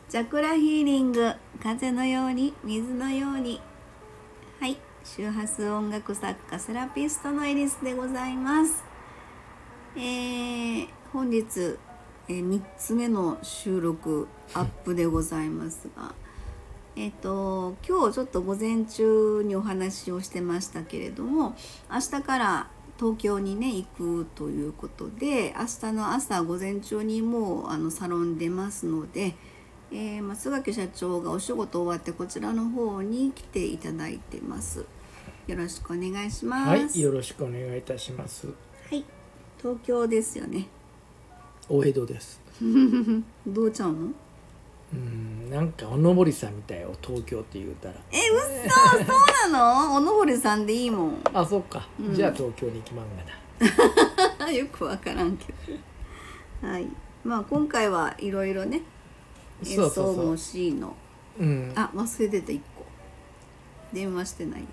チャクラヒーリング、風のように水のように。はい、周波数音楽作家セラピストのエリスでございます。本日、3つ目の収録アップでございますが、今日ちょっと午前中にお話をしてましたけれども、明日から東京にね行くということで、明日の朝午前中にもうサロン出ますので、松垣社長がお仕事終わってこちらの方に来ていただいてます。よろしくお願いします。 はい、よろしくお願いいたします。 はい、東京ですよね。 お江戸です。 どうちゃうの？ なんかおのぼりさんみたいよ、東京って言うたら。 嘘、そうなの？おのぼりさんでいいもん。 あ、そうか、じゃあ東京に行きまんがな。よくわからんけど。はい。まあ今回はいろいろね。演奏も C の。あ、忘れてた1個。電話してないや。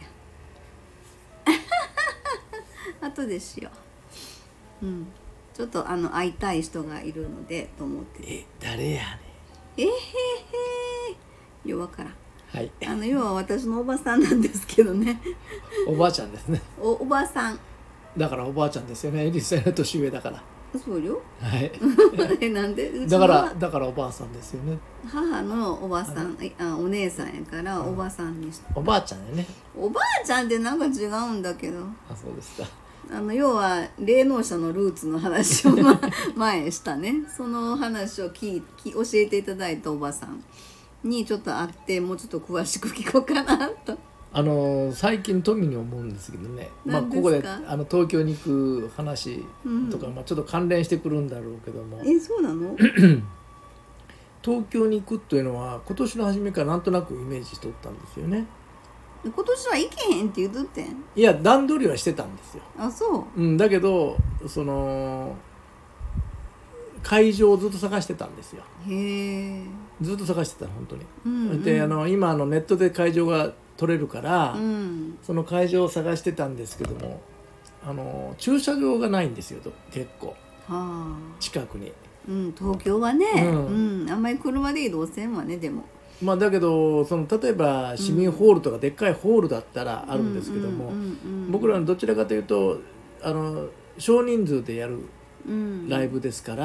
後でしよう。ちょっと会いたい人がいるのでと思って。 誰やねん。ようわからん。 はい。 要は私のおばさんなんですけどね。 おばあちゃんですね。 おばさん。 だからおばあちゃんですよね。エリスさんの年上だから。 そうよ。 はい。 なんで？ だからおばあさんですよね。 母のおばさん、お姉さんやからおばさんにして。 おばあちゃんやね。 おばあちゃんってなんか違うんだけど。 あ、そうですか。 要は霊能者のルーツの話を前したね。その話を教えていただいたおばさんにちょっと会ってもうちょっと詳しく聞こうかなと。 最近富に思うんですけどね、ここで東京に行く話とか、ちょっと関連してくるんだろうけども、 そうなの？ 東京に行くというのは今年の初めからなんとなくイメージしとったんですよね。 今年は行けへんって言うとってん？ いや、段取りはしてたんですよ。 あ、そう。 だけどその会場をずっと探してたんですよ。 へえ。 ずっと探してた本当に。で今ネットで会場が取れるから、その会場を探してたんですけども、駐車場がないんですよ、結構。近くに。 東京はね、あんまり車で移動せんわね、でも。 だけど例えば市民ホールとかでっかいホールだったらあるんですけども、僕らのどちらかというと少人数でやるライブですから、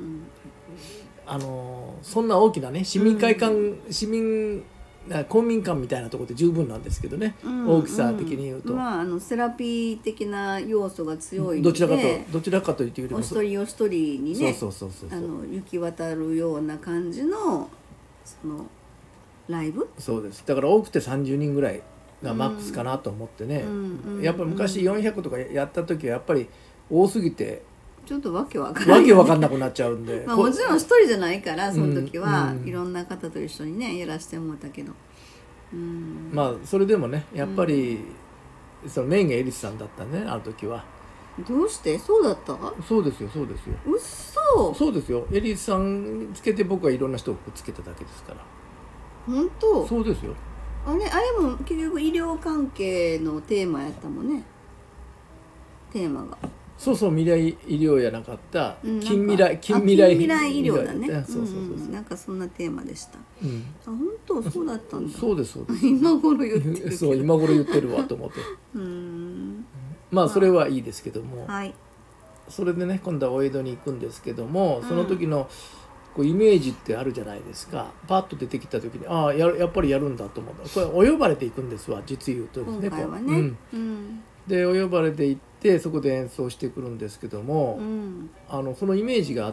そんな大きなね市民会館、公民館みたいなところで十分なんですけどね、大きさ的に言うと、 セラピー的な要素が強いので、 どちらかというとよりもお一人お一人にね行き渡るような感じのそのライブ。 そうです。だから多くて30人ぐらいがマックスかなと思ってね、やっぱり昔400とかやった時はやっぱり多すぎてちょっとわけわかんなくなっちゃうんでもちろん一人じゃないからその時はいろんな方と一緒にねやらせてもらったけど、 それでもねやっぱり、そのメインがエリスさんだったね、あの時は。 どうして？そうだった？ そうですよ。 うっそ。 そうですよ。エリスさんつけて僕はいろんな人をくっつけただけですから。 本当？ そうですよ。 あれも結局医療関係のテーマやったもんね。テーマが。 そう、未来医療やなかった、近未来医療だね。なんかそんなテーマでした。本当そうだったんだ。 そうです。 今頃言ってる。 そう、今頃言ってるわと思って。それはいいですけども、それでね今度はお江戸に行くんですけども、その時のイメージってあるじゃないですか。パッと出てきた時にやっぱりやるんだと思った。これお呼ばれていくんですわ、実言うとですね。 今回はね。 でお呼ばれで行ってそこで演奏してくるんですけども、そのイメージがあって、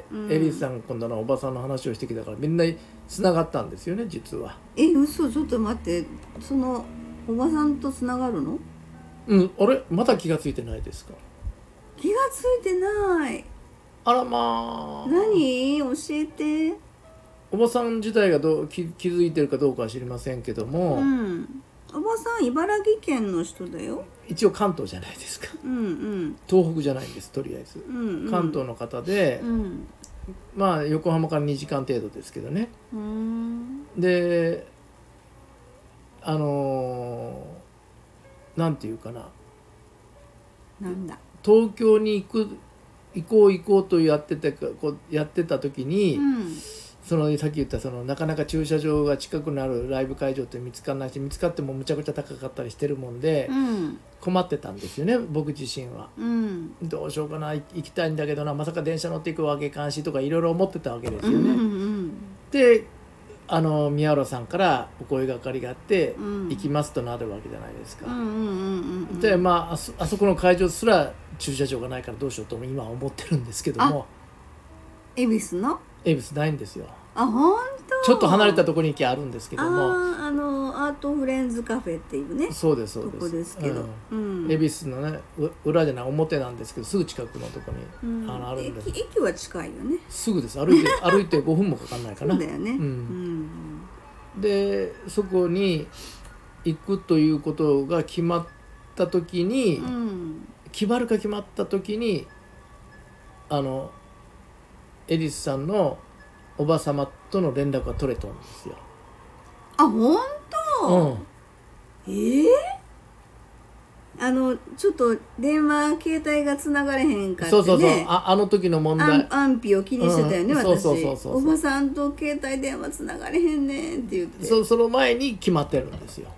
エリスさん今度のおばさんの話をしてきたからみんなつながったんですよね、実は。 嘘。ちょっと待って、そのおばさんとつながるの？ あれまた気がついてないですか？ 気がついてない。 あらまあ。 何？教えて。 おばさん自体が気づいてるかどうかは知りませんけども、 おばさん茨城県の人だよ。 一応関東じゃないですか。東北じゃないんです、とりあえず。関東の方で、横浜から2時間程度ですけどね。でなんていうかな、 なんだ、 東京に行こうとやってた時に、 さっき言ったなかなか駐車場が近くなるライブ会場って見つからないし、見つかってもむちゃくちゃ高かったりしてるもんで、困ってたんですよね僕自身は、どうしようかな、行きたいんだけどな、まさか電車乗っていくわけかんしとかいろいろ思ってたわけですよね、で宮浦さんからお声がかりがあって、行きますとなるわけじゃないですか。であそこの会場すら駐車場がないからどうしようとも今は思ってるんですけども、 恵比寿ないんですよ。 本当？ ちょっと離れたところに行きゃあるんですけども、 アートフレンズカフェっていうね、 そうですとこですけど、 恵比寿のね裏じゃない表なんですけど、すぐ近くのところに、あるんです。 駅は近いよね。 すぐです。歩いて5分もかかんないかな。 そうだよね、 でそこに行くということが決まった時に、決まった時にエリスさんのおば様との連絡が取れたんですよ。 本当？ちょっと電話携帯がつながれへんかってね。 そうあの時の問題、 安否を気にしてたよね、私。 そうおばさんと携帯電話つながれへんねんって言って、 その前に決まってるんですよ。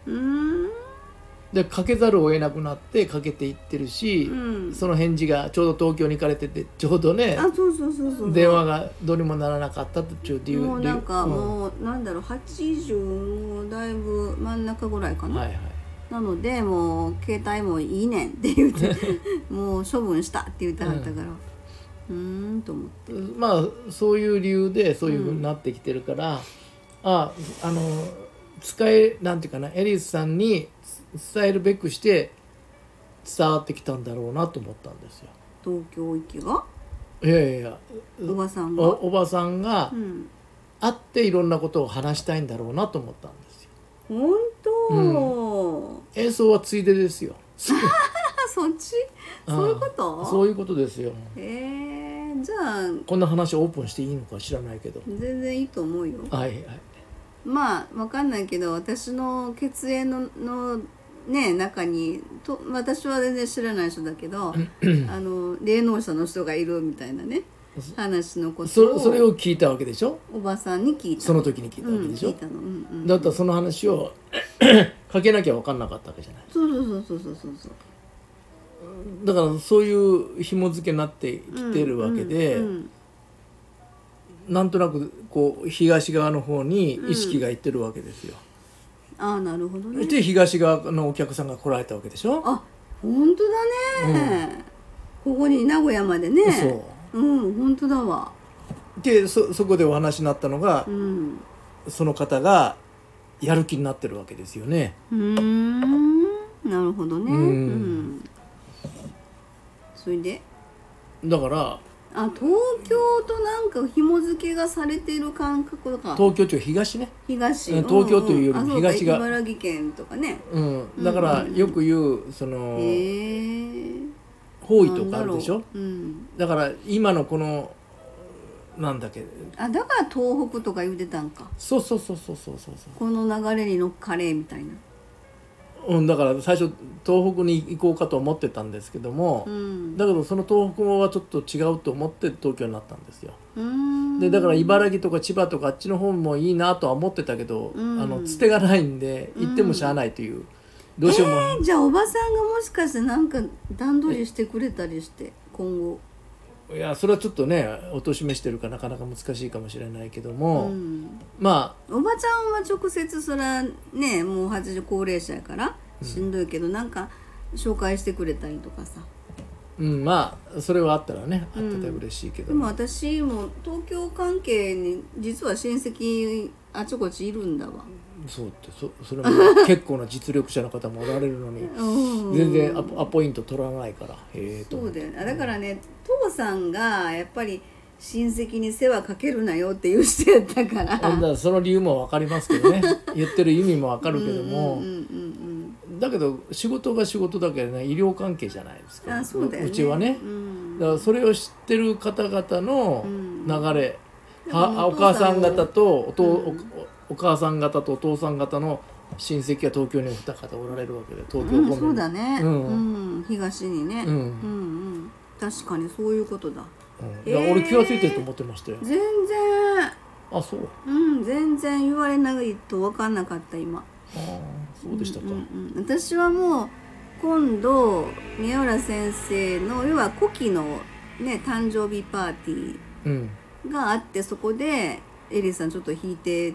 でかけざるを得なくなってかけていってるし、その返事がちょうど東京に行かれてて、ちょうどね、 そう電話がどうにもならなかったっていうもうなんか、もうなんだろう、80だいぶ真ん中ぐらいかな、なのでもう携帯もいいねんって言ってもう処分したって言ってはったから、と思って、 そういう理由でそういうふうになってきてるから、なんていうかな、エリスさんに伝えるべくして伝わってきたんだろうなと思ったんですよ。 東京行きが？ いやおばさんがおばさんが会っていろんなことを話したいんだろうなと思ったんですよ。 本当？ 演奏はついでですよ。 そっち？そういうこと？ そういうことですよ。 じゃあこんな話オープンしていいのか知らないけど、 全然いいと思うよ。分かんないけど、私の血縁のね中に私は全然知らない人だけど霊能者の人がいるみたいなね話のことをそれを聞いたわけでしょ。 おばさんに聞いた。 その時に聞いたわけでしょ。 聞いたの、 だったらその話をかけなきゃ分かんなかったわけじゃない。 そうだからそういう紐付けになってきてるわけで、なんとなくこう東側の方に意識がいってるわけですよ。 なるほどね。 で東側のお客さんが来られたわけでしょ。 本当だね、ここに名古屋までね。本当だわ。 でそこでお話になったのが、その方がやる気になってるわけですよね。 なるほどね。それでだから東京となんか紐付けがされている感覚か。 東京という東ね。 東、 東京というよりも東が、 茨城県とかね。 だからよく言う方位とかあるでしょ。だから今のこのなんだっけ。 だから東北とか言うてたんか。 そうこの流れに乗っかれみたいな。 だから最初東北に行こうかと思ってたんですけども、だけどその東北はちょっと違うと思って東京になったんですよ。でだから茨城とか千葉とかあっちの方もいいなとは思ってたけど、つてがないんで行ってもしゃあないという、どうしようもない。 じゃあおばさんがもしかしてなんか段取りしてくれたりして今後。 いやそれはちょっとねお年めしてるからなかなか難しいかもしれないけども、おばちゃんは直接そらねもう80高齢者やからしんどいけど、なんか紹介してくれたりとかさ、 それはあったらねあってたら嬉しいけど、 でも私も東京関係に実は親戚あちこちいるんだわ。 そうってそれも結構な実力者の方もおられるのに全然アポイント取らないからそうだよね。だからね父さんがやっぱり親戚に世話かけるなよっていう人やったから、 その理由も分かりますけどね言ってる意味も分かるけども、だけど仕事が仕事だけどね医療関係じゃないですか。 そうだよね、 うちはね、だからそれを知ってる方々の流れ、お母さん方とお母さん方とお父さん方の親戚は東京にお二方おられるわけで、東京方面、 そうだね、東にね、確かにそういうことだ。 俺気がついてると思ってましたよ。 全然あ、そう。 全然言われないと分かんなかった今。 そうでしたか。 私はもう今度宮浦先生の要は古希のね誕生日パーティーがあって、そこでエリーさんちょっと弾いて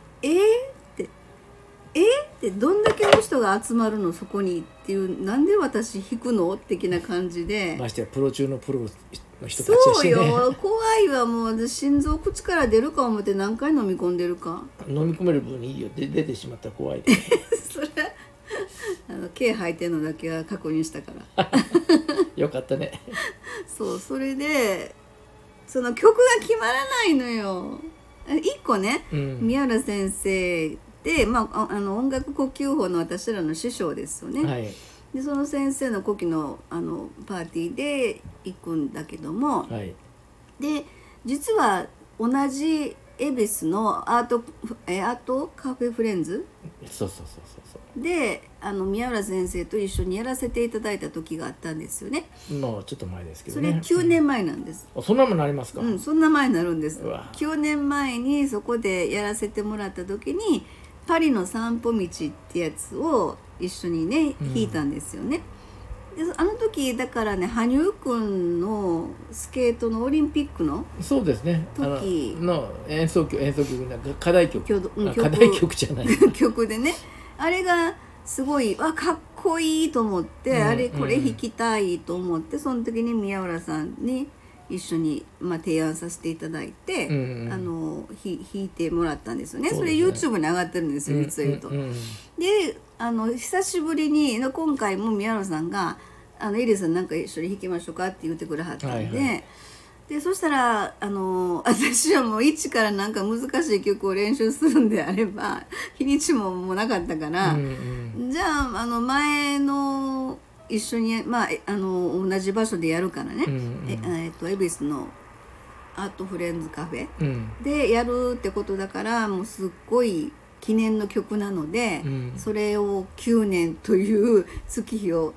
ってどんだけの人が集まるのそこにっていう、なんで私弾くの的な感じで、 ましてやプロ中のプロの人たちでそうよ、怖いわ。もう心臓口から出るか思って何回飲み込んでるか。 飲み込める分にいいよ。出てしまったら怖いでそれ毛吐いてるのだけは確認したからよかったねそう、それでその曲が決まらないのよ。一個ね、宮浦先生で、音楽呼吸法の私らの師匠ですよね、 はい、 でその先生の古希のパーティーで行くんだけども、 はい、 で実は同じ恵比寿のアートカフェフレンズそうで宮浦先生と一緒にやらせていただいた時があったんですよね。 もうちょっと前ですけどね。 それ9年前なんです、 そんなもんなりますか。 そんな前になるんです。9年前にそこでやらせてもらった時にパリの散歩道ってやつを一緒にね弾いたんですよね、であの時だからね、羽生くんのスケートのオリンピックのそうですね時の演奏曲なんか課題曲課題曲じゃない曲でね、あれがすごいかっこいいと思って、これ弾きたいと思って、その時に宮浦さんに一緒に、提案させていただいて、弾いてもらったんですよね。それ YouTube に上がってるんですよ、実は言うと。で久しぶりに今回も宮浦さんがエリーさんなんか一緒に弾きましょうかって言ってくれはったんで、でそしたら私はもう一からなんか難しい曲を練習するんであれば日にちもなかったから、じゃあ前の一緒に、同じ場所でやるからね、恵比寿のアートフレンズカフェでやるってことだから、もうすっごい記念の曲なので、それを9年という月日を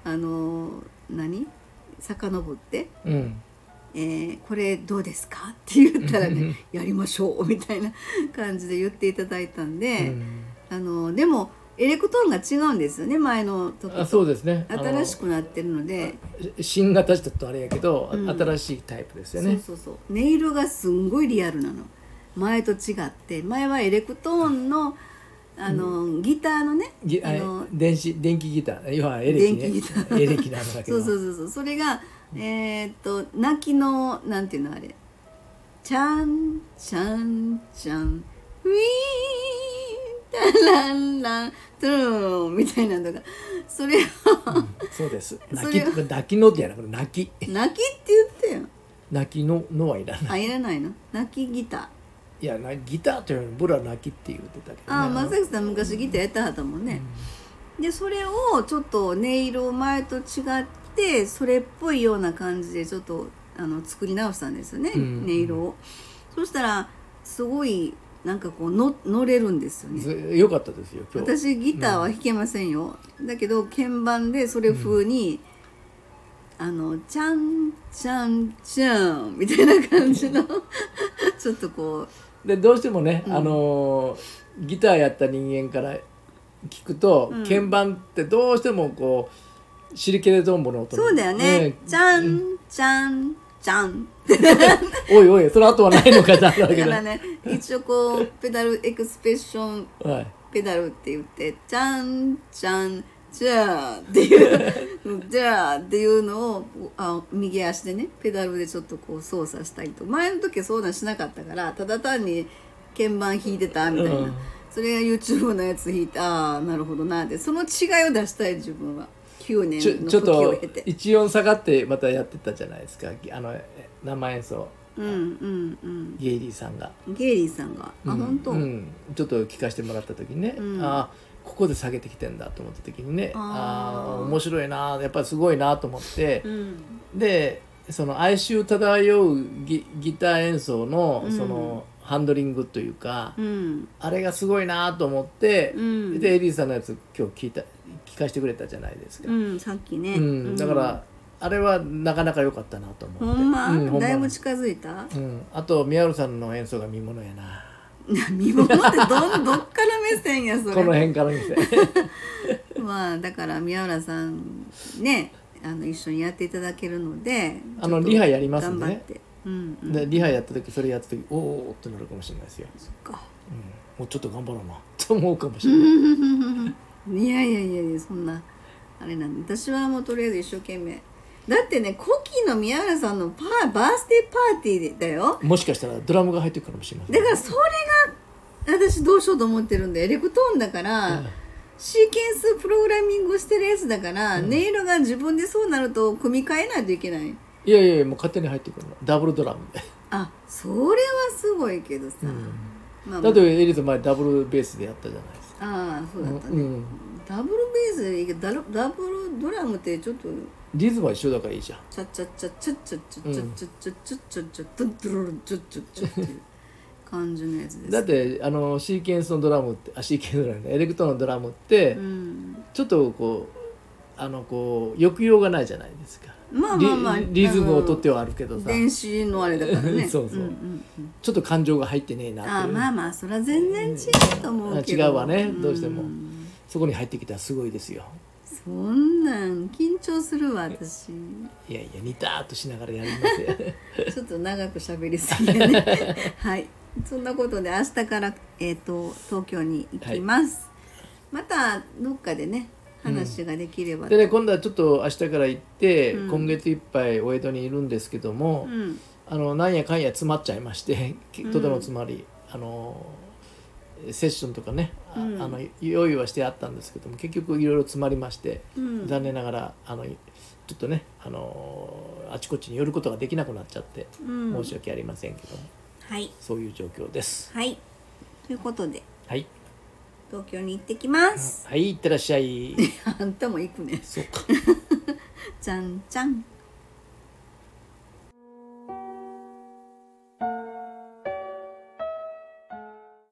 遡って、これどうですかって言ったらねやりましょうみたいな感じで言っていただいたんで、でもエレクトーンが違うんですよね、前の時と。 そうですね、 新しくなってるので、 新型だとあれやけど、新しいタイプですよね。 そう音色がすんごいリアルなの、前と違って。前はエレクトーンのギターのね、 電気ギター、要はエレキね、エレキなんだけどそうそれが泣きのなんていうのあれ、チャンチャンチャンウィーンタランラントゥーンみたいなのが、それをそうです、泣きのってやな、これ泣きって言ってよ。 泣きのはいらない。 いらないの、泣きギター。 いやギターというよりブラ泣きって言ってたけどね。 正樹さん昔ギターやってはったもんね、でそれをちょっと音色前と違ってそれっぽいような感じでちょっと作り直したんですよね、音色を。そしたらすごいなんかこう乗れるんですよね。 よかったですよ今日。 私ギターは弾けませんよ、だけど鍵盤でそれ風に、チャンチャンチャンみたいな感じのちょっとこうでどうしてもね、ギターやった人間から聞くと、鍵盤ってどうしてもこうシリケレトンボの音。 そうだよね、チャンチャンチャンおいおい、その後はないのかなだけど、 だからね、一応こうペダルエクスプレッションペダルって言って、チャンチャンじゃあっていうじゃあっていうのを右足でねペダルでちょっとこう操作したりと。前の時はそうなんしなかったから、ただ単に鍵盤弾いてたみたいな、それが YouTube のやつ弾いて、なるほどなって、その違いを出したい自分は9年の時を経て。 ちょっと一音下がってまたやってたじゃないですか、生演奏。ゲイリーさんが本当、ちょっと聞かせてもらった時にね、ここで下げてきてんだと思った時にね、面白いな、やっぱりすごいなと思って、でその哀愁漂うギター演奏のそのハンドリングというか、あれがすごいなと思って、でエリーさんのやつ今日聞かせてくれたじゃないですか、 さっきね、 だからあれはなかなか良かったなと思って。 ほんま、だいぶ近づいた。 あと宮原さんの演奏が見ものやな。 見ものってどっから目線やそれ。 この辺から目線まあだから宮浦さんね一緒にやっていただけるのでリハやりますね。 頑張って、 でリハやった時それやった時おおってなるかもしれないですよ。 そっか、 もうちょっと頑張ろうなと思うかもしれない。 いやそんなあれなんで、私はもうとりあえず一生懸命だってね、コキの宮原さんのバースデーパーティーだよ。 もしかしたらドラムが入ってるかもしれません、 だからそれが私どうしようと思ってるんで、エレクトーンだから、シーケンスプログラミングしてるやつだから、音色が自分でそうなると組み替えないといけない。 いやもう勝手に入ってくるの、ダブルドラムで。 あ、それはすごいけどさ、 だってエリーと前ダブルベースでやったじゃないですか。 ああそうだったね、ダブルベースでいいけどダブルドラムってちょっとリズムは一緒だからいいじゃん。 チャチャチャチャチャチャチャチャチャチャチャチャチャトゥッドゥルルチャチャチャっていう感じのやつです。 だってシーケンスのドラムってシーケンスのドラムエレクトーンのドラムって、ちょっとこう抑揚がないじゃないですか。 まあリズムをとってはあるけどさ、 電子のあれだからねそう、ちょっと感情が入ってねえなっていう。 まあそれは全然違うと思うけど。 違うわね、どうしてもそこに入ってきたらすごいですよ。 そんなん緊張するわ私。 いやニターっとしながらやりますよちょっと長く喋りすぎやねはいそんなことで明日から、東京に行きます、またどっかでね話ができればでね、今度はちょっと明日から行って、今月いっぱいお江戸にいるんですけども、なんやかんや詰まっちゃいましてとても詰まり、セッションとかね、用意はしてあったんですけども結局いろいろ詰まりまして、残念ながらちょっとね、あちこちに寄ることができなくなっちゃって、申し訳ありませんけども、そういう状況です。 はいということで、 はい東京に行ってきます。 はい、いってらっしゃい。 あんたも行くね。 そうか。 じゃんじゃん。